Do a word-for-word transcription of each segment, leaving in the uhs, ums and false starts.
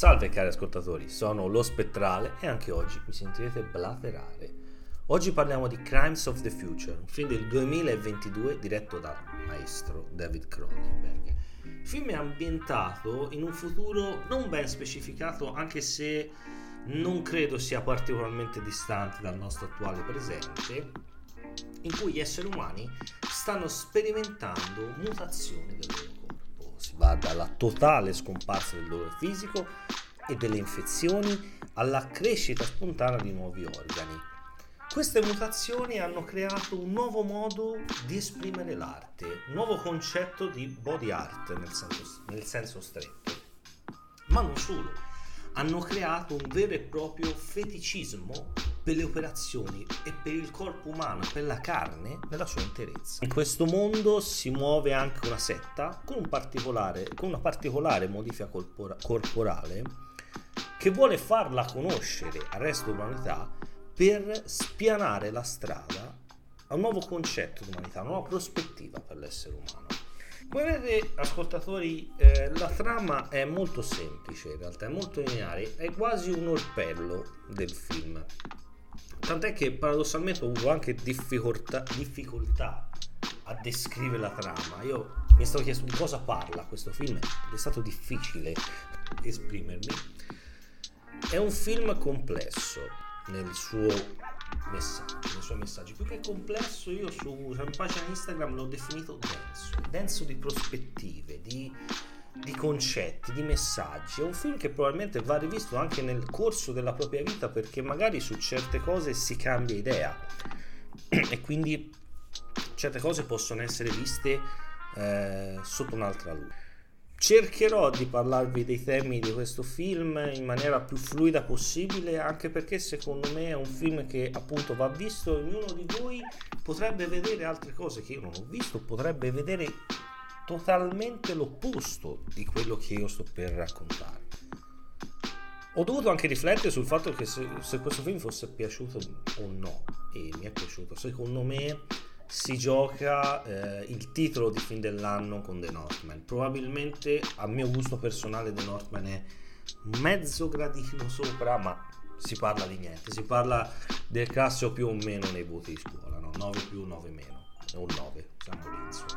Salve cari ascoltatori, sono Lo Spettrale e anche oggi mi sentirete blaterare. Oggi parliamo di Crimes of the Future, un film del duemilaventidue diretto dal maestro David Cronenberg. Il film è ambientato in un futuro non ben specificato, anche se non credo sia particolarmente distante dal nostro attuale presente, in cui gli esseri umani stanno sperimentando mutazioni del loro corpo. Si va dalla totale scomparsa del dolore fisico e delle infezioni alla crescita spontanea di nuovi organi. Queste mutazioni hanno creato un nuovo modo di esprimere l'arte, un nuovo concetto di body art nel senso, nel senso stretto. Ma non solo, hanno creato un vero e proprio feticismo per le operazioni e per il corpo umano, per la carne nella sua interezza. In questo mondo si muove anche una setta con, un particolare, con una particolare modifica corpora, corporale che vuole farla conoscere al resto dell'umanità per spianare la strada a un nuovo concetto di umanità, una nuova prospettiva per l'essere umano. Come vedete, ascoltatori, eh, la trama è molto semplice, in realtà è molto lineare, è quasi un orpello del film. Tant'è che paradossalmente ho avuto anche difficoltà, difficoltà a descrivere la trama. Io mi stavo chiedendo di cosa parla questo film ed è stato difficile esprimermi. È un film complesso nel suo messaggio, nei suoi messaggi. Più che complesso, io su una pagina Instagram l'ho definito denso, denso di prospettive, di, di concetti, di messaggi. È un film che probabilmente va rivisto anche nel corso della propria vita, perché magari su certe cose si cambia idea e quindi certe cose possono essere viste eh, sotto un'altra luce. Cercherò di parlarvi dei temi di questo film in maniera più fluida possibile, anche perché secondo me è un film che appunto va visto e ognuno di voi potrebbe vedere altre cose che io non ho visto, potrebbe vedere totalmente l'opposto di quello che io sto per raccontare. Ho dovuto anche riflettere sul fatto che se, se questo film fosse piaciuto o no, e mi è piaciuto. Secondo me si gioca eh, il titolo di film dell'anno con The Northman. Probabilmente a mio gusto personale The Northman è mezzo gradino sopra, ma si parla di niente, si parla del classico più o meno nei voti di scuola, no? nove più, nove meno, o nove, siamo lì insomma.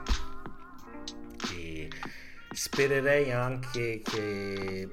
E spererei anche che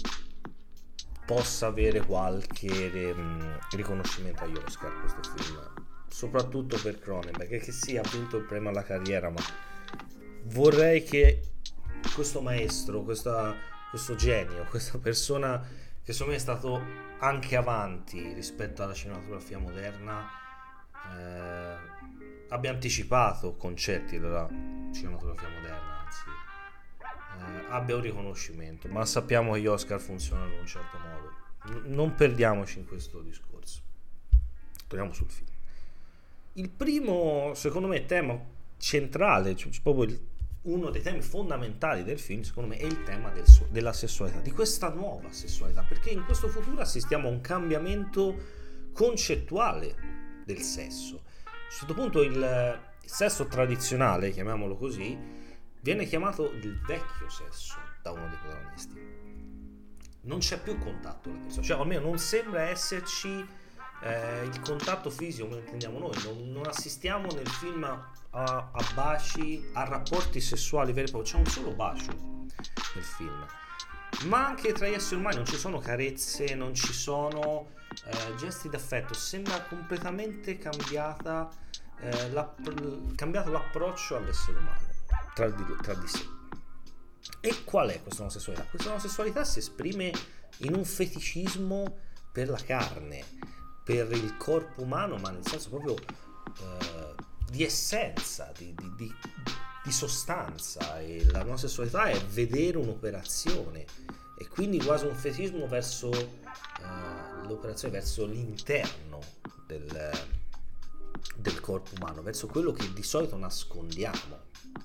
possa avere qualche um, riconoscimento agli Oscar questo film, soprattutto per Cronenberg, che sì, ha vinto il premio alla carriera, ma vorrei che questo maestro, questa, questo genio, questa persona che secondo me è stato anche avanti rispetto alla cinematografia moderna, eh, abbia anticipato concetti della cinematografia moderna, anzi eh, abbia un riconoscimento. Ma sappiamo che gli Oscar funzionano in un certo modo, N- non perdiamoci in questo discorso, torniamo sul film. Il primo, secondo me, tema centrale, cioè proprio il, uno dei temi fondamentali del film, secondo me, è il tema del, della sessualità, di questa nuova sessualità, perché in questo futuro assistiamo a un cambiamento concettuale del sesso. A un certo punto il, il sesso tradizionale, chiamiamolo così, viene chiamato il vecchio sesso da uno dei protagonisti. Non c'è più contatto con la persona, cioè almeno non sembra esserci Eh, il contatto fisico come lo intendiamo noi. Non, non assistiamo nel film a, a, a baci, a rapporti sessuali veri e propri. C'è un solo bacio nel film, ma anche tra gli esseri umani non ci sono carezze, non ci sono eh, gesti d'affetto. Sembra completamente cambiata eh, la, cambiato l'approccio all'essere umano tra di, tra di sé. E qual è questa nuova sessualità? Questa nuova sessualità si esprime in un feticismo per la carne, per il corpo umano, ma nel senso proprio eh, di essenza, di, di, di, di sostanza. E la nostra sessualità è vedere un'operazione, e quindi quasi un fetismo verso eh, l'operazione, verso l'interno del, del corpo umano, verso quello che di solito nascondiamo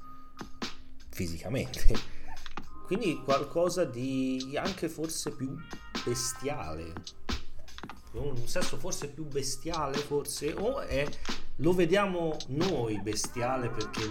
fisicamente. Quindi qualcosa di anche forse più bestiale, un sesso forse più bestiale, forse, o è, lo vediamo noi bestiale perché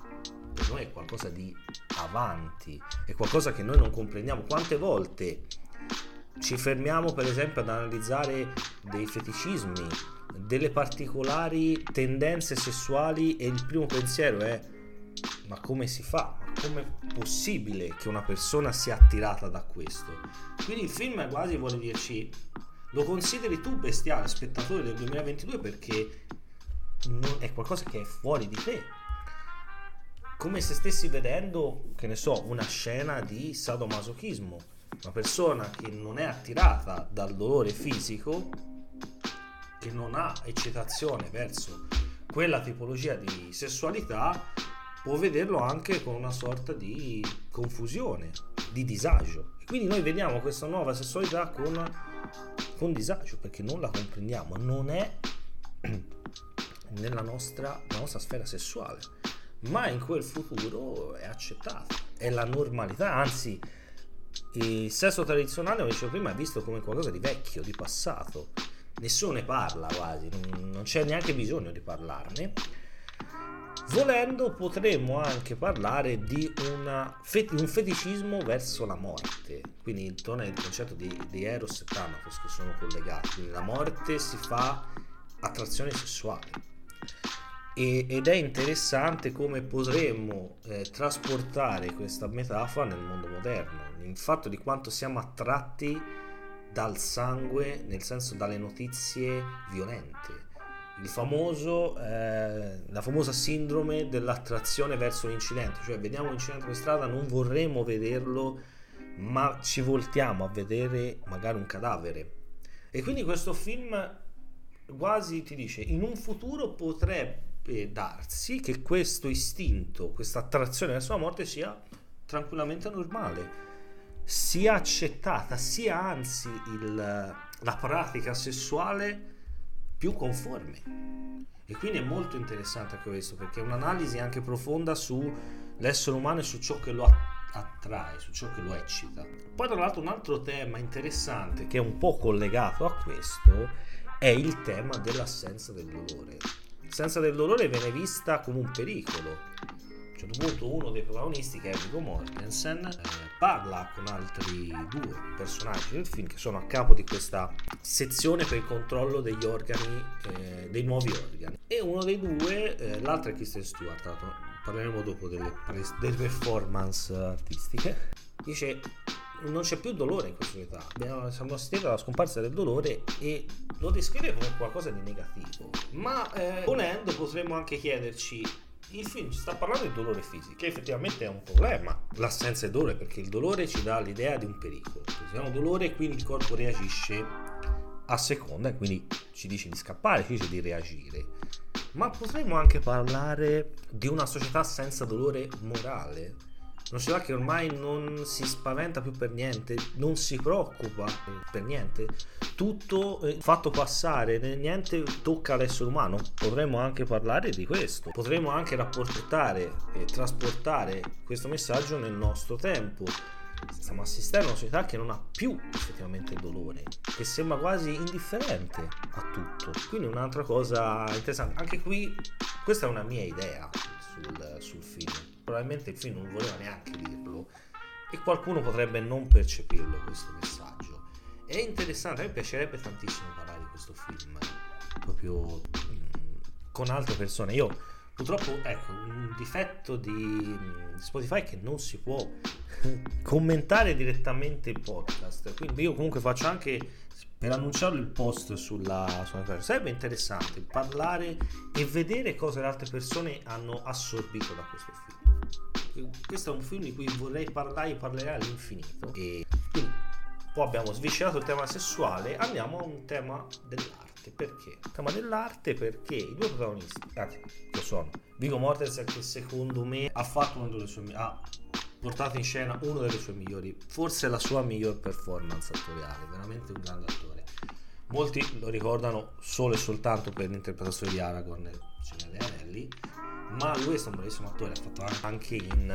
per noi è qualcosa di avanti, è qualcosa che noi non comprendiamo. Quante volte ci fermiamo per esempio ad analizzare dei feticismi, delle particolari tendenze sessuali e il primo pensiero è: ma come si fa? Ma com'è possibile che una persona sia attirata da questo? Quindi il film quasi vuole dirci: lo consideri tu bestiale, spettatore del duemilaventidue, perché non è qualcosa che è fuori di te, come se stessi vedendo, che ne so, una scena di sadomasochismo, una persona che non è attirata dal dolore fisico, che non ha eccitazione verso quella tipologia di sessualità, può vederlo anche con una sorta di confusione, di disagio. E quindi noi vediamo questa nuova sessualità con, con disagio, perché non la comprendiamo, non è nella nostra, nella nostra sfera sessuale, ma in quel futuro è accettata, è la normalità. Anzi, il sesso tradizionale, come dicevo prima, è visto come qualcosa di vecchio, di passato, nessuno ne parla quasi, non, non c'è neanche bisogno di parlarne. Volendo potremmo anche parlare di una, un feticismo verso la morte, quindi intorno al concetto di, di Eros e Thanatos, che sono collegati. Quindi la morte si fa attrazione sessuale, e, ed è interessante come potremmo eh, trasportare questa metafora nel mondo moderno, il fatto di quanto siamo attratti dal sangue, nel senso dalle notizie violente. Il famoso, eh, la famosa sindrome dell'attrazione verso l'incidente, cioè vediamo un incidente per strada, non vorremmo vederlo, ma ci voltiamo a vedere magari un cadavere. E quindi questo film quasi ti dice: in un futuro potrebbe darsi che questo istinto, questa attrazione verso la morte sia tranquillamente normale, sia accettata, sia anzi il, la pratica sessuale più conforme. E quindi è molto interessante anche questo, perché è un'analisi anche profonda sull'essere umano e su ciò che lo attrae, su ciò che lo eccita. Poi tra l'altro un altro tema interessante che è un po' collegato a questo è il tema dell'assenza del dolore. L'assenza del dolore viene vista come un pericolo. A un certo punto uno dei protagonisti, che è Viggo Mortensen, eh, parla con altri due personaggi del film che sono a capo di questa sezione per il controllo degli organi, eh, dei nuovi organi, e uno dei due, eh, l'altro è Kristen Stewart, parleremo dopo delle, delle performance artistiche, dice: non c'è più dolore in questa società, siamo assistiti alla scomparsa del dolore, e lo descrive come qualcosa di negativo. Ma eh, volendo potremmo anche chiederci: il film ci sta parlando di dolore fisico, che effettivamente è un problema, l'assenza di dolore, perché il dolore ci dà l'idea di un pericolo. Se abbiamo dolore, quindi il corpo reagisce a seconda, e quindi ci dice di scappare, ci dice di reagire. Ma potremmo anche parlare di una società senza dolore morale, una società che ormai non si spaventa più per niente, non si preoccupa per niente, tutto è fatto passare, niente tocca l'essere umano. Potremmo anche parlare di questo, potremmo anche rapportare e trasportare questo messaggio nel nostro tempo. Stiamo assistendo a una società che non ha più effettivamente dolore, che sembra quasi indifferente a tutto. Quindi un'altra cosa interessante, anche qui questa è una mia idea sul, sul film, probabilmente il film non voleva neanche dirlo e qualcuno potrebbe non percepirlo questo messaggio. È interessante, a me piacerebbe tantissimo parlare di questo film proprio mh, con altre persone. Io purtroppo, ecco, un difetto di Spotify è che non si può commentare direttamente il podcast, quindi io comunque faccio anche, per annunciarlo, il post sulla, sulla pagina. Sarebbe interessante parlare e vedere cosa le altre persone hanno assorbito da questo film. Questo è un film di cui vorrei parlare e parlerei all'infinito. E quindi poi abbiamo sviscerato il tema sessuale, andiamo a un tema dell'arte. Perché? Il tema dell'arte perché i due protagonisti, anzi, che sono Viggo Mortensen, che secondo me ha fatto una delle sue ha portato in scena uno delle sue migliori, forse la sua miglior performance attoriale, veramente un grande attore. Molti lo ricordano solo e soltanto per l'interpretazione di Aragorn nel Signore degli Anelli, ma lui è un bravissimo attore, ha fatto anche in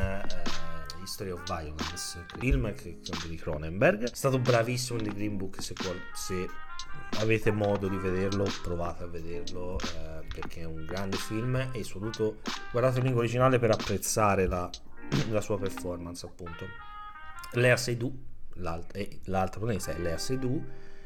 uh, History of Violence, film che è di Cronenberg. È stato bravissimo in The Green Book, se, se avete modo di vederlo provate a vederlo, eh, perché è un grande film e soprattutto guardate in lingua originale per apprezzare la, la sua performance, appunto. Lea Seydoux l'alt- e l'altra protagonista è Léa Seydoux,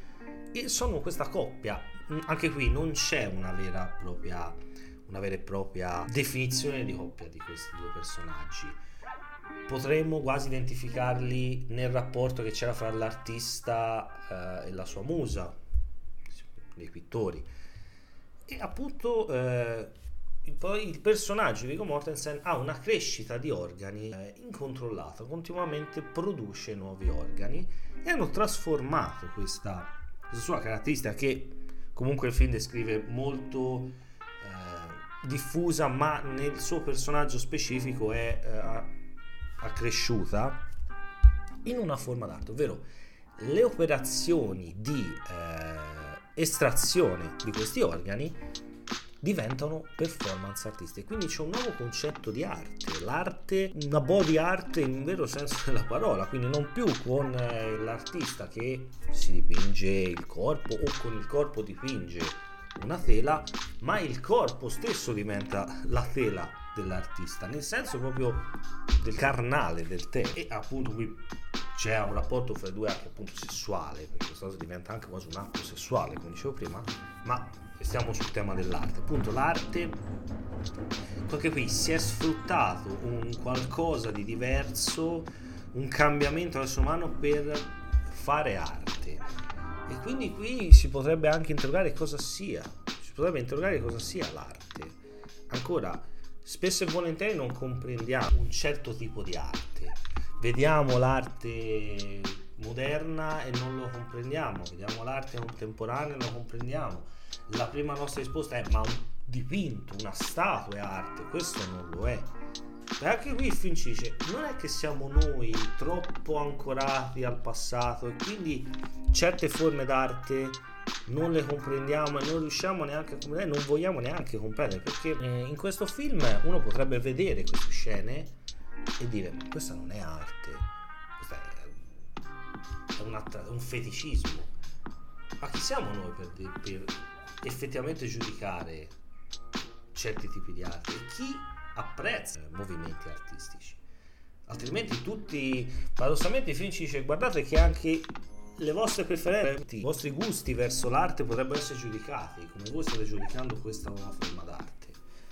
e sono questa coppia. Anche qui non c'è una vera e propria una vera e propria definizione di coppia di questi due personaggi. Potremmo quasi identificarli nel rapporto che c'era fra l'artista eh, e la sua musa, dei pittori, e appunto eh, poi il personaggio di Viggo Mortensen ha una crescita di organi eh, incontrollata, continuamente produce nuovi organi, e hanno trasformato questa, questa sua caratteristica, che comunque il film descrive molto eh, diffusa, ma nel suo personaggio specifico è eh, accresciuta, in una forma d'arte, ovvero le operazioni di eh, estrazione di questi organi diventano performance artistiche. Quindi c'è un nuovo concetto di arte, l'arte, una body art in vero senso della parola, quindi non più con eh, l'artista che si dipinge il corpo o con il corpo dipinge una tela, ma il corpo stesso diventa la tela dell'artista, nel senso proprio del carnale, del te. E appunto qui c'è un rapporto fra i due anche appunto sessuale, perché questa cosa diventa anche quasi un atto sessuale, come dicevo prima, ma stiamo sul tema dell'arte. Appunto l'arte, anche qui si è sfruttato un qualcosa di diverso, un cambiamento dell'essere umano per fare arte, e quindi qui si potrebbe anche interrogare cosa sia si potrebbe interrogare cosa sia l'arte. Ancora, spesso e volentieri non comprendiamo un certo tipo di arte, vediamo l'arte moderna e non lo comprendiamo, vediamo l'arte contemporanea e non lo comprendiamo. La prima nostra risposta è: ma un dipinto, una statua è arte? Questo non lo è. E anche qui il film ci dice: non è che siamo noi troppo ancorati al passato e quindi certe forme d'arte non le comprendiamo e non riusciamo neanche a comprendere, non vogliamo neanche comprendere, perché eh, in questo film uno potrebbe vedere queste scene e dire: ma questa non è arte, questa è, è un, att- un feticismo. Ma chi siamo noi per, per effettivamente giudicare certi tipi di arte? E chi apprezza movimenti artistici? Altrimenti tutti, paradossalmente, i film ci dice: guardate che anche le vostre preferenze, i vostri gusti verso l'arte potrebbero essere giudicati, come voi state giudicando questa nuova forma d'arte.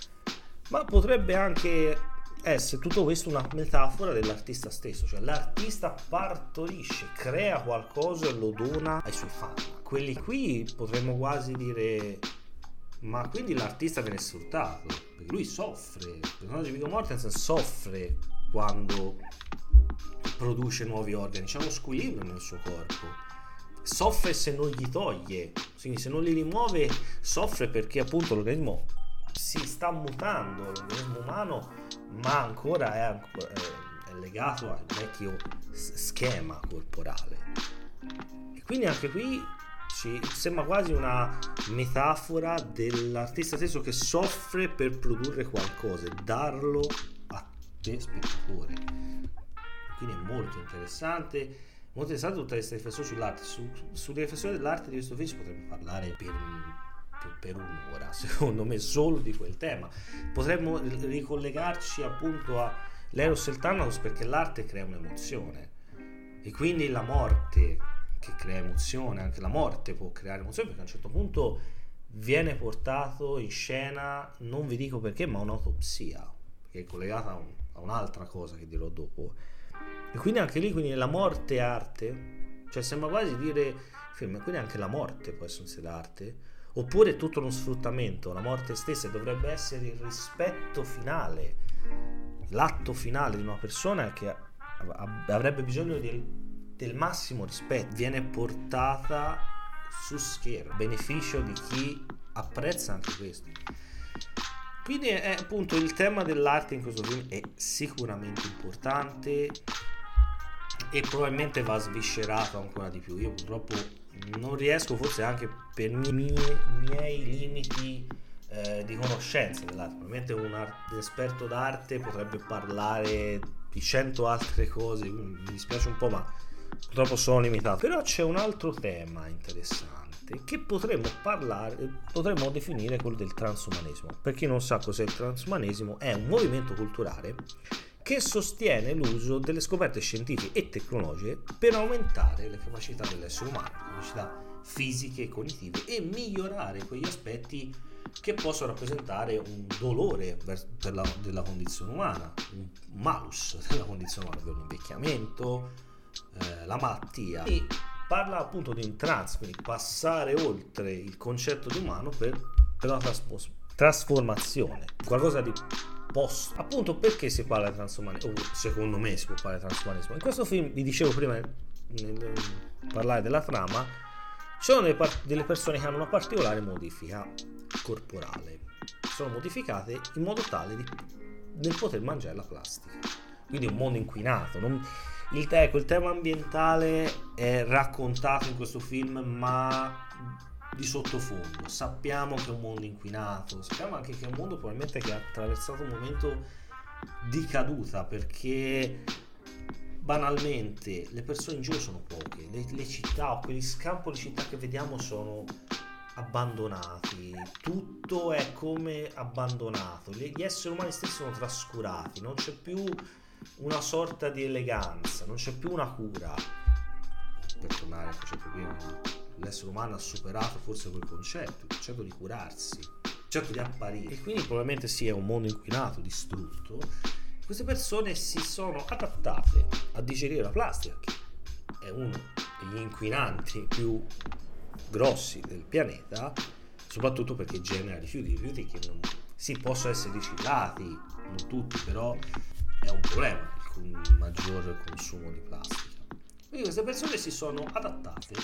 Ma potrebbe anche essere tutto questo una metafora dell'artista stesso, cioè l'artista partorisce, crea qualcosa e lo dona ai suoi fan. Quelli qui potremmo quasi dire: ma quindi l'artista viene sfruttato, perché lui soffre, il personaggio di Viggo Mortensen soffre quando produce nuovi organi, c'è uno squilibrio nel suo corpo, soffre se non gli toglie, quindi se non li rimuove soffre, perché appunto l'organismo si sta mutando, l'organismo umano, ma ancora è, ancora, è, è legato al vecchio schema corporale. E quindi anche qui ci sembra quasi una metafora dell'artista stesso che soffre per produrre qualcosa e darlo a te spettatore. Quindi è molto interessante, molto interessante tutta questa riflessione sull'arte. Su, sulla riflessione dell'arte di questo film si potrebbe parlare per, per, per un'ora, secondo me, solo di quel tema. Potremmo ricollegarci appunto a l'Eros e il Thanatos, perché l'arte crea un'emozione, e quindi la morte che crea emozione, anche la morte può creare emozione, perché a un certo punto viene portato in scena, non vi dico perché, ma un'autopsia, che è collegata a, un, a un'altra cosa che dirò dopo. E quindi anche lì, quindi la morte è arte, cioè sembra quasi dire film, quindi anche la morte può essere arte, oppure tutto uno sfruttamento, la morte stessa dovrebbe essere il rispetto finale, l'atto finale di una persona che avrebbe bisogno del, del massimo rispetto, viene portata su schermo, beneficio di chi apprezza anche questo. Quindi è appunto il tema dell'arte in questo film è sicuramente importante e probabilmente va sviscerato ancora di più. Io purtroppo non riesco, forse anche per i miei, miei limiti eh, di conoscenza dell'arte. Probabilmente un, art- un esperto d'arte potrebbe parlare di cento altre cose, mi dispiace un po', ma purtroppo sono limitato. Però c'è un altro tema interessante che potremmo parlare, potremmo definire quello del transumanesimo. Per chi non sa cos'è il transumanesimo, è un movimento culturale che sostiene l'uso delle scoperte scientifiche e tecnologiche per aumentare le capacità dell'essere umano, capacità fisiche e cognitive, e migliorare quegli aspetti che possono rappresentare un dolore per la, della condizione umana, un malus della condizione umana, ovvero l'invecchiamento, eh, la malattia. E parla appunto di un trans, quindi passare oltre il concetto di umano per, per una traspo- trasformazione, qualcosa di post. Appunto, perché si parla di transumanesimo, o secondo me si può parlare di transumanesimo. In questo film, vi dicevo prima nel, nel parlare della trama, ci sono delle, par- delle persone che hanno una particolare modifica corporale, sono modificate in modo tale di, nel poter mangiare la plastica, quindi un mondo inquinato. Non, il, ecco, il tema ambientale è raccontato in questo film, ma di sottofondo. Sappiamo che è un mondo inquinato, sappiamo anche che è un mondo probabilmente che ha attraversato un momento di caduta, perché banalmente le persone in giro sono poche, le, le città o quegli scampoli di città che vediamo sono abbandonati, tutto è come abbandonato, gli esseri umani stessi sono trascurati, non c'è più una sorta di eleganza, non c'è più una cura. Per tornare al concetto prima, l'essere umano ha superato forse quel concetto, il concetto di curarsi, il concetto di apparire, e quindi probabilmente sì, è un mondo inquinato, distrutto. Queste persone si sono adattate a digerire la plastica, che è uno degli inquinanti più grossi del pianeta, soprattutto perché genera rifiuti, rifiuti che non sì, possono essere riciclati, non tutti, però è un problema il maggior consumo di plastica. Quindi queste persone si sono adattate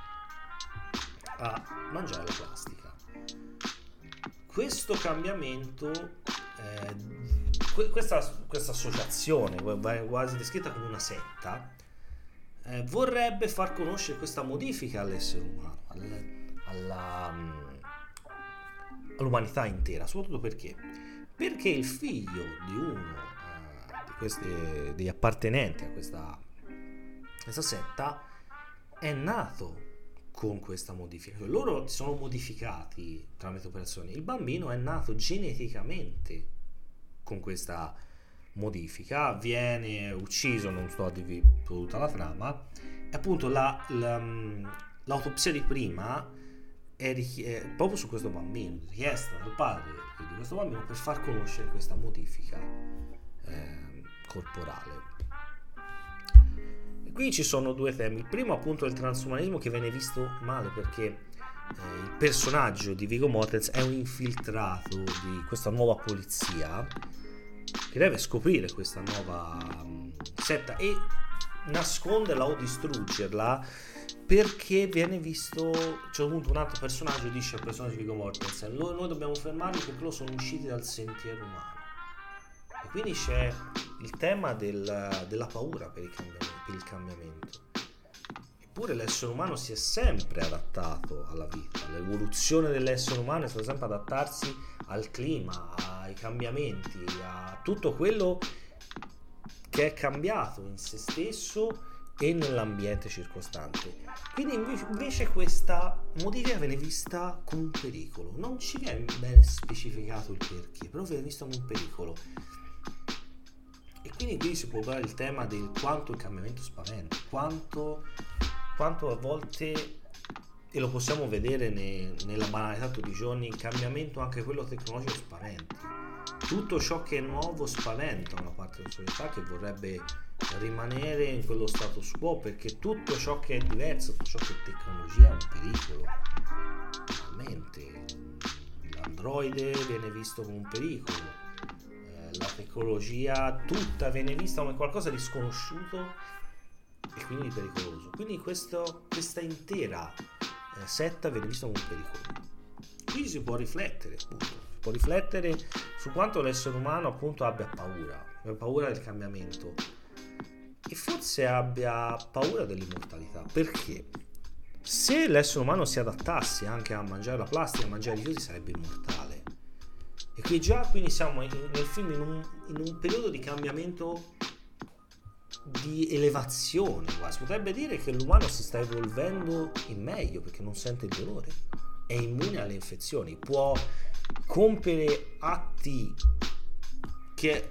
a mangiare la plastica. Questo cambiamento, eh, questa, questa associazione, quasi descritta come una setta, eh, vorrebbe far conoscere questa modifica all'essere umano, alla, alla, all'umanità intera, soprattutto perché? Perché il figlio di uno eh, di questi, degli appartenenti a questa, questa setta è nato con questa modifica. Loro sono modificati tramite operazioni. Il bambino è nato geneticamente con questa modifica, viene ucciso, non sto a dirvi tutta la trama, e appunto la, la, l'autopsia di prima è, richie- è proprio su questo bambino, richiesta dal padre di questo bambino per far conoscere questa modifica eh, corporale. E qui ci sono due temi. Il primo appunto è il transumanesimo, che viene visto male perché eh, il personaggio di Viggo Mortensen è un infiltrato di questa nuova polizia che deve scoprire questa nuova um, setta e nasconderla o distruggerla, perché viene visto, c'è appunto un altro personaggio dice al personaggio di Viggo Mortensen: noi, noi dobbiamo fermarli perché loro sono usciti dal sentiero umano. E quindi c'è il tema del, della paura per il cambiamento, per il cambiamento. Eppure l'essere umano si è sempre adattato alla vita, l'evoluzione dell'essere umano è stata sempre adattarsi al clima, ai cambiamenti, a tutto quello che è cambiato in se stesso e nell'ambiente circostante. Quindi invece questa modifica viene vista come un pericolo, non ci viene ben specificato il perché, però viene vista come un pericolo. E quindi qui si può parlare il tema del quanto il cambiamento spaventa, quanto, quanto a volte, e lo possiamo vedere ne, nella banalità tutti i giorni, il cambiamento anche quello tecnologico spaventa. Tutto ciò che è nuovo spaventa una parte della società che vorrebbe rimanere in quello status quo, perché tutto ciò che è diverso, tutto ciò che è tecnologia è un pericolo. Veramente l'androide viene visto come un pericolo, eh, la tecnologia tutta viene vista come qualcosa di sconosciuto e quindi pericoloso. Quindi questo, questa intera eh, setta viene vista come un pericolo. Qui si può riflettere, appunto, si può riflettere su quanto l'essere umano appunto abbia paura, abbia paura del cambiamento e forse abbia paura dell'immortalità. Perché se l'essere umano si adattasse anche a mangiare la plastica, a mangiare i rifiuti, sarebbe immortale. E qui già quindi siamo in, nel film in un, in un periodo di cambiamento, di elevazione quasi. Potrebbe dire che l'umano si sta evolvendo in meglio perché non sente il dolore, è immune alle infezioni, può compiere atti che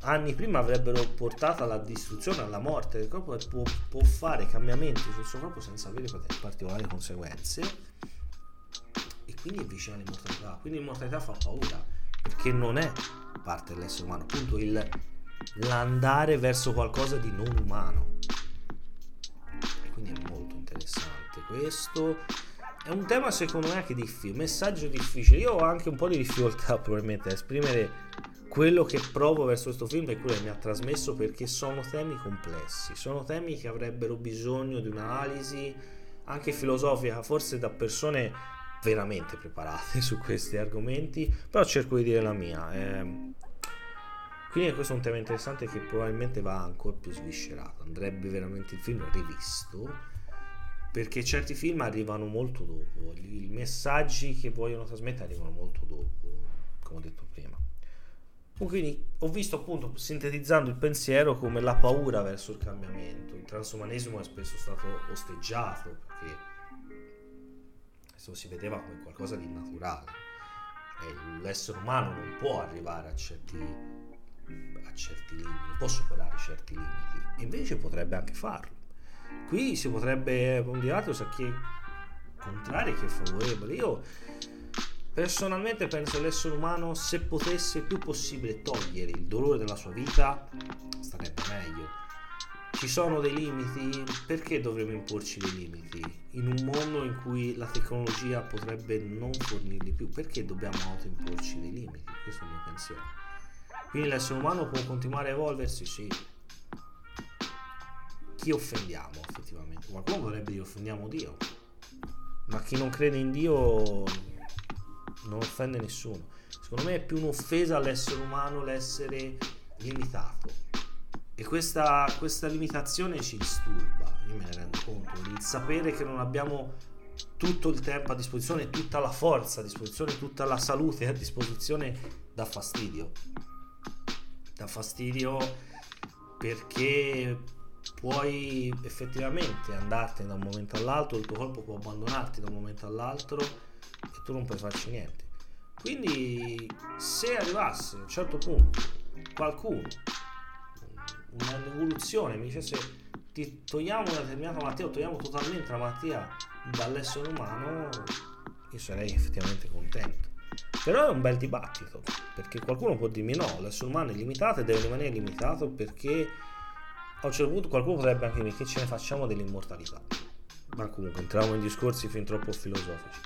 anni prima avrebbero portato alla distruzione, alla morte del corpo, può, può fare cambiamenti sul suo corpo senza avere particolari conseguenze, e quindi è vicino all'immortalità. Quindi l'immortalità fa paura, perché non è parte dell'essere umano, appunto il, l'andare verso qualcosa di non umano. E quindi è molto interessante questo. È un tema secondo me anche difficile, un messaggio difficile. Io ho anche un po' di difficoltà probabilmente a esprimere quello che provo verso questo film e quello che mi ha trasmesso, perché sono temi complessi, sono temi che avrebbero bisogno di un'analisi anche filosofica, forse da persone veramente preparate su questi argomenti, però cerco di dire la mia. Eh, quindi questo è un tema interessante che probabilmente va ancora più sviscerato, andrebbe veramente il film rivisto, perché certi film arrivano molto dopo, i messaggi che vogliono trasmettere arrivano molto dopo, come ho detto prima. Quindi ho visto, appunto, sintetizzando il pensiero, come la paura verso il cambiamento. Il transumanesimo è spesso stato osteggiato perché questo si vedeva come qualcosa di naturale, e l'essere umano non può arrivare a certi, a certi limiti, non può superare certi limiti, e invece potrebbe anche farlo. Qui si potrebbe un dibattito su chi è contrario e chi è favorevole. Io personalmente penso che l'essere umano, se potesse il più possibile togliere il dolore della sua vita, starebbe meglio. Ci sono dei limiti, perché dovremmo imporci dei limiti? In un mondo in cui la tecnologia potrebbe non fornirli più, perché dobbiamo autoimporci dei limiti? Questo è il mio pensiero. Quindi l'essere umano può continuare a evolversi, sì. Chi offendiamo effettivamente? Qualcuno potrebbe dire offendiamo Dio, ma chi non crede in Dio non offende nessuno. Secondo me è più un'offesa all'essere umano l'essere limitato, e questa, questa limitazione ci disturba. Io me ne rendo conto, il sapere che non abbiamo tutto il tempo a disposizione, tutta la forza a disposizione, tutta la salute a disposizione, dà fastidio dà fastidio perché puoi effettivamente andartene da un momento all'altro, il tuo corpo può abbandonarti da un momento all'altro e tu non puoi farci niente. Quindi se arrivasse a un certo punto qualcuno, un'evoluzione, mi dicesse ti togliamo una determinata malattia o togliamo totalmente la malattia dall'essere umano, io sarei effettivamente contento. Però è un bel dibattito, perché qualcuno può dirmi no, l'essere umano è limitato e deve rimanere limitato, perché a un certo punto qualcuno potrebbe anche dire che ce ne facciamo dell'immortalità. Ma comunque entriamo in discorsi fin troppo filosofici.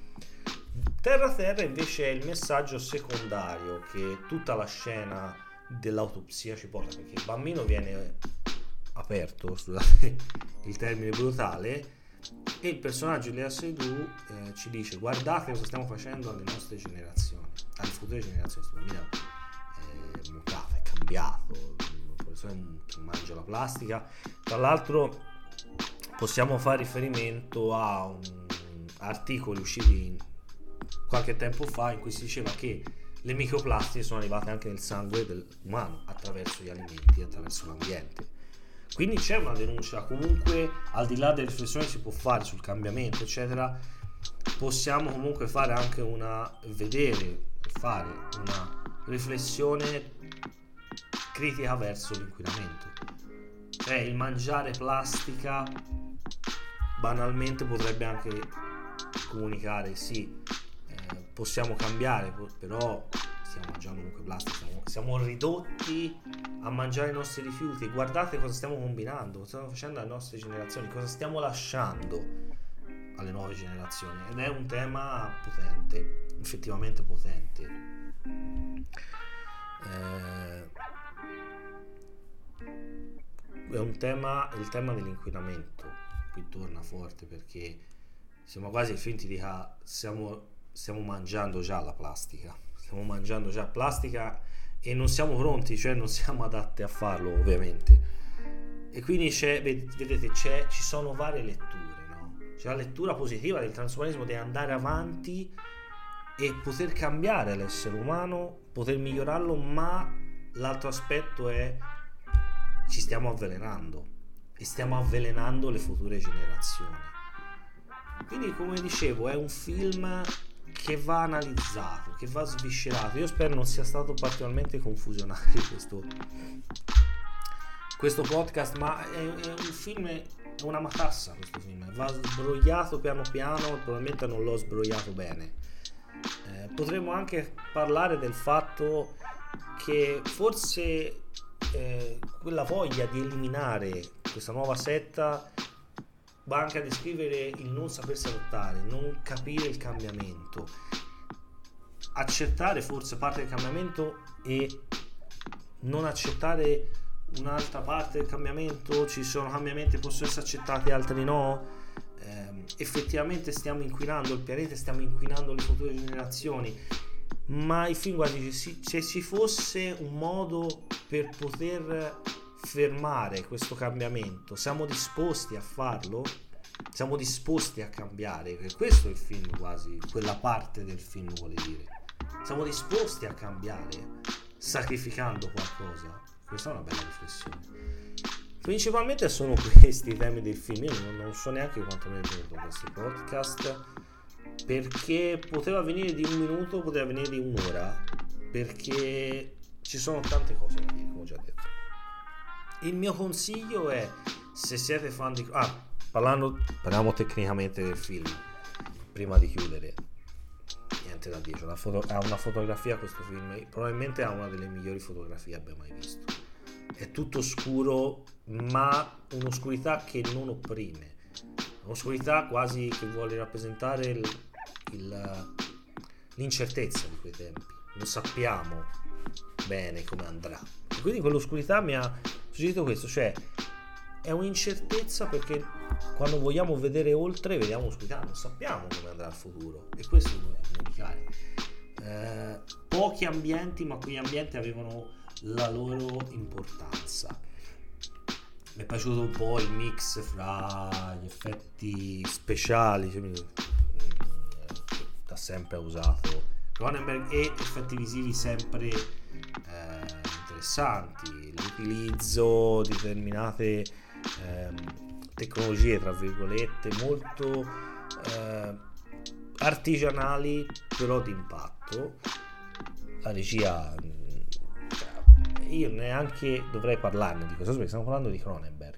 Terra Terra invece è il messaggio secondario che tutta la scena dell'autopsia ci porta, perché il bambino viene aperto, scusate il termine brutale, e il personaggio di Léa Seydoux eh, ci dice guardate cosa stiamo facendo alle nostre generazioni, alle future generazioni. Questo bambino è mutato, è cambiato, una persona che mangia la plastica. Tra l'altro possiamo fare riferimento a un articoli usciti qualche tempo fa in cui si diceva che le microplastiche sono arrivate anche nel sangue dell'umano attraverso gli alimenti, attraverso l'ambiente. Quindi c'è una denuncia. Comunque, al di là delle riflessioni che si può fare sul cambiamento eccetera, possiamo comunque fare anche una vedere fare una riflessione critica verso l'inquinamento. Cioè, il mangiare plastica banalmente potrebbe anche comunicare sì, eh, possiamo cambiare, però stiamo mangiando comunque plastica, siamo, siamo ridotti a mangiare i nostri rifiuti. Guardate cosa stiamo combinando, cosa stiamo facendo alle nostre generazioni, cosa stiamo lasciando alle nuove generazioni, ed è un tema potente, effettivamente potente. Eh, è un tema, il tema dell'inquinamento qui torna forte, perché siamo quasi finti di che stiamo, stiamo mangiando già la plastica, stiamo mangiando già plastica e non siamo pronti, cioè non siamo adatti a farlo ovviamente. E quindi c'è, vedete, c'è, ci sono varie letture, no? C'è la lettura positiva del transumanesimo, di andare avanti e poter cambiare l'essere umano, poter migliorarlo, ma l'altro aspetto è ci stiamo avvelenando e stiamo avvelenando le future generazioni. Quindi, come dicevo, è un film che va analizzato, che va sviscerato. Io spero non sia stato particolarmente confusionario questo, questo podcast, ma è, è un film, è una matassa questo film, va sbrogliato piano piano, probabilmente non l'ho sbrogliato bene. Eh, potremmo anche parlare del fatto che forse eh, quella voglia di eliminare questa nuova setta va anche a descrivere il non sapersi adattare, non capire il cambiamento, accettare forse parte del cambiamento e non accettare un'altra parte del cambiamento. Ci sono cambiamenti che possono essere accettati, altri no. Eh, effettivamente stiamo inquinando il pianeta, stiamo inquinando le future generazioni, ma il film quasi se ci fosse un modo per poter fermare questo cambiamento, siamo disposti a farlo, siamo disposti a cambiare, perché questo è il film, quasi quella parte del film vuole dire, siamo disposti a cambiare sacrificando qualcosa. Questa è una bella riflessione. Principalmente sono questi i temi del film. Io non, non so neanche quanto mi è venuto questo podcast, perché poteva venire di un minuto, poteva venire di un'ora, perché ci sono tante cose da dire, come ho già detto. Il mio consiglio è, se siete fan di... Ah, parlando, parliamo tecnicamente del film, prima di chiudere. Niente da dire, la foto, ha una fotografia questo film, probabilmente ha una delle migliori fotografie abbia mai visto. È tutto scuro, ma un'oscurità che non opprime, un'oscurità quasi che vuole rappresentare il, il, l'incertezza di quei tempi. Non sappiamo bene come andrà, e quindi quell'oscurità mi ha suggerito questo, cioè è un'incertezza, perché quando vogliamo vedere oltre vediamo l'oscurità, non sappiamo come andrà il futuro, e questo è comunicare. Eh, pochi ambienti, ma quegli ambienti avevano la loro importanza. Mi è piaciuto un po' il mix fra gli effetti speciali, cioè, da sempre usato Cronenberg, e effetti visivi sempre eh, interessanti, l'utilizzo di determinate eh, tecnologie tra virgolette molto eh, artigianali, però di impatto. La regia, io neanche dovrei parlarne di questo perché stiamo parlando di Cronenberg.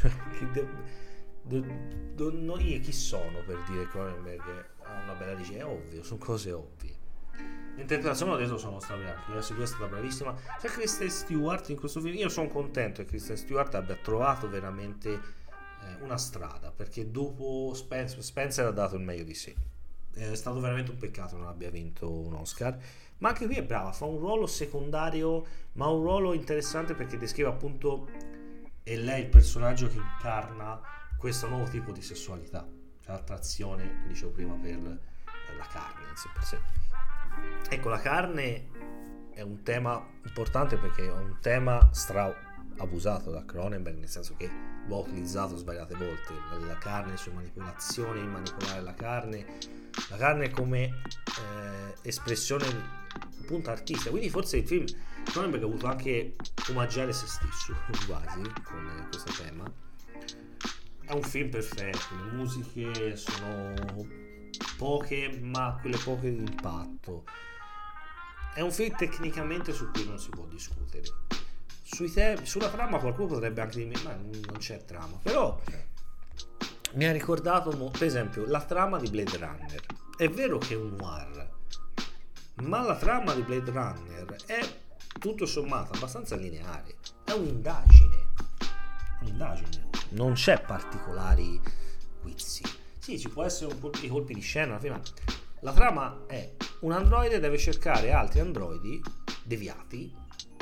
Io chi sono per dire che Cronenberg ha una bella regia? È ovvio, sono cose ovvie. L'interpretazione adesso sono state anche, la seconda è stata bravissima. C'è Kristen Stewart in questo film. Io sono contento che Kristen Stewart abbia trovato veramente eh, una strada, perché dopo Spencer, Spencer ha dato il meglio di sé. È stato veramente un peccato non abbia vinto un Oscar, ma anche qui è brava, fa un ruolo secondario ma un ruolo interessante, perché descrive appunto, è lei il personaggio che incarna questo nuovo tipo di sessualità, cioè l'attrazione, come dicevo prima, per, per la carne in sé per sé. Ecco, la carne è un tema importante, perché è un tema stra abusato da Cronenberg, nel senso che lo ha utilizzato svariate volte, la carne, le sue manipolazioni, manipolare la carne, la carne come eh, espressione appunto artistica. Quindi forse il film Cronenberg ha avuto anche omaggiare se stesso quasi con questo tema. È un film perfetto, le musiche sono poche, ma quelle poche di impatto. È un film tecnicamente su cui non si può discutere. Sui temi, sulla trama qualcuno potrebbe anche dirmi ma non c'è trama, però mi ha ricordato per esempio la trama di Blade Runner. È vero che è un noir, ma la trama di Blade Runner è tutto sommato abbastanza lineare, è un'indagine un'indagine non c'è particolari guizzi. Sì, ci può essere un po' di colpi di scena, ma la trama è un androide deve cercare altri androidi deviati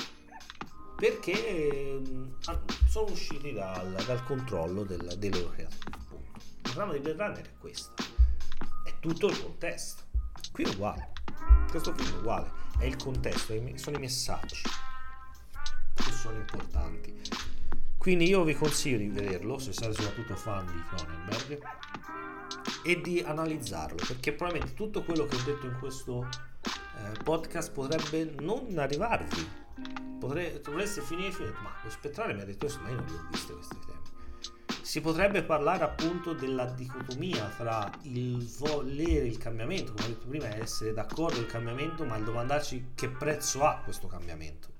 perché sono usciti dal, dal controllo del, dei loro creatori. Punto. La trama di Blade Runner è questa, è tutto il contesto. Qui è uguale, questo film è uguale, è il contesto, sono i messaggi che sono importanti. Quindi io vi consiglio di vederlo se siete soprattutto fan di Cronenberg e di analizzarlo, perché probabilmente tutto quello che ho detto in questo eh, podcast potrebbe non arrivarvi. Potre, dovreste finire e finire, ma lo spettrale mi ha detto questo, ma io non li ho visti questi temi. si potrebbe parlare appunto della dicotomia tra il volere il cambiamento, come ho detto prima, essere d'accordo con il cambiamento, ma il domandarci che prezzo ha questo cambiamento,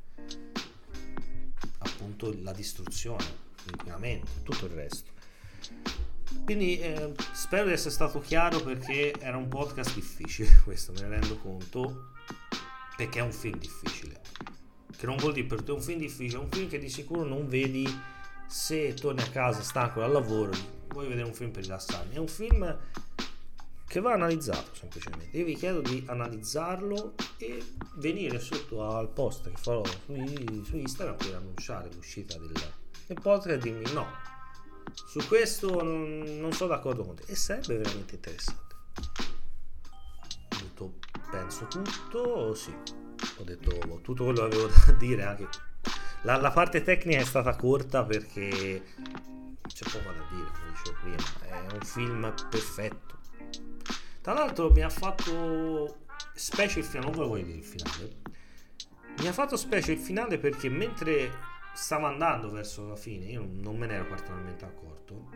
appunto la distruzione, l'inquinamento, tutto il resto. Quindi eh, spero di essere stato chiaro, perché era un podcast difficile, questo me ne rendo conto, perché è un film difficile, che non vuol dire per te un film difficile, è un film che di sicuro non vedi se torni a casa stanco dal lavoro, vuoi vedere un film per rilassarmi. È un film che va analizzato semplicemente. Io vi chiedo di analizzarlo e venire sotto al post che farò su, su Instagram per annunciare l'uscita del, del podcast e dirmi no, su questo non, non sono d'accordo con te, e sarebbe veramente interessante. Ho detto, penso tutto, sì, ho detto tutto quello che avevo da dire. Anche la, la parte tecnica è stata corta perché c'è poco da dire, come dicevo prima, è un film perfetto. Tra l'altro mi ha fatto specie il finale, non ve lo voglio dire il finale, mi ha fatto specie il finale perché mentre stavo andando verso la fine, io non me ne ero particolarmente accorto,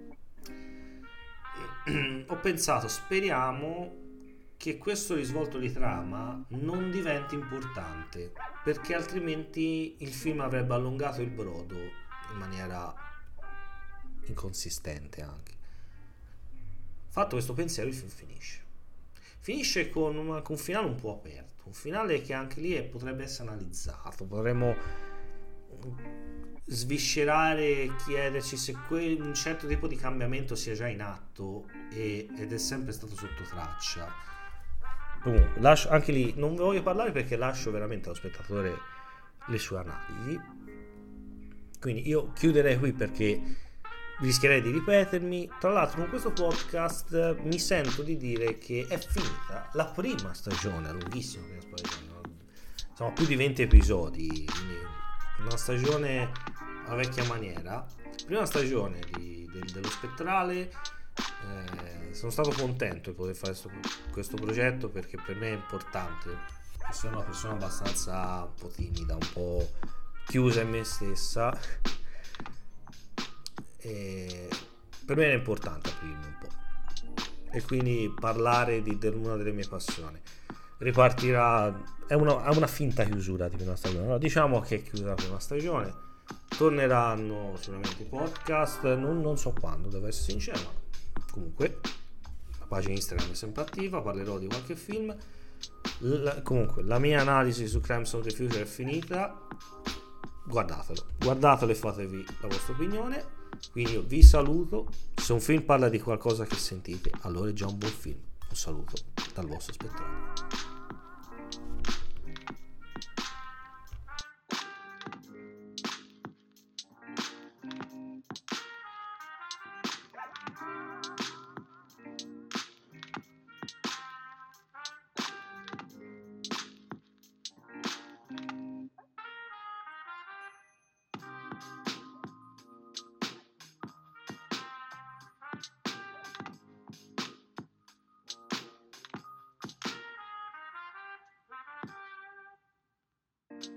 ho pensato, speriamo che questo risvolto di trama non diventi importante, perché altrimenti il film avrebbe allungato il brodo in maniera inconsistente. Anche fatto questo pensiero, il film finisce finisce con, una, con un finale un po' aperto, un finale che anche lì è, potrebbe essere analizzato, potremmo sviscerare, chiederci se quel, un certo tipo di cambiamento sia già in atto e, ed è sempre stato sotto traccia. Comunque lascio, anche lì non vi voglio parlare perché lascio veramente allo spettatore le sue analisi, quindi io chiuderei qui perché rischierei di ripetermi. Tra l'altro con questo podcast mi sento di dire che è finita la prima stagione, lunghissima prima stagione, sono più di venti episodi, quindi una stagione a vecchia maniera, prima stagione di, del, dello Spettrale. Eh, sono stato contento di poter fare questo, questo progetto, perché per me è importante. Sono una persona abbastanza un po' timida, un po' chiusa in me stessa, e per me è importante aprirmi un po', e quindi parlare di, di una delle mie passioni. Ripartirà, è una, è una finta chiusura di una stagione, no? Diciamo che è chiusa la prima stagione, torneranno sicuramente i podcast, non, non so quando, devo essere sincero, ma comunque la pagina Instagram è sempre attiva, parlerò di qualche film. La, comunque la mia analisi su Crimes of the Future è finita, guardatelo guardatelo e fatevi la vostra opinione. Quindi io vi saluto, se un film parla di qualcosa che sentite, allora è già un buon film. Un saluto dal vostro Spettrale.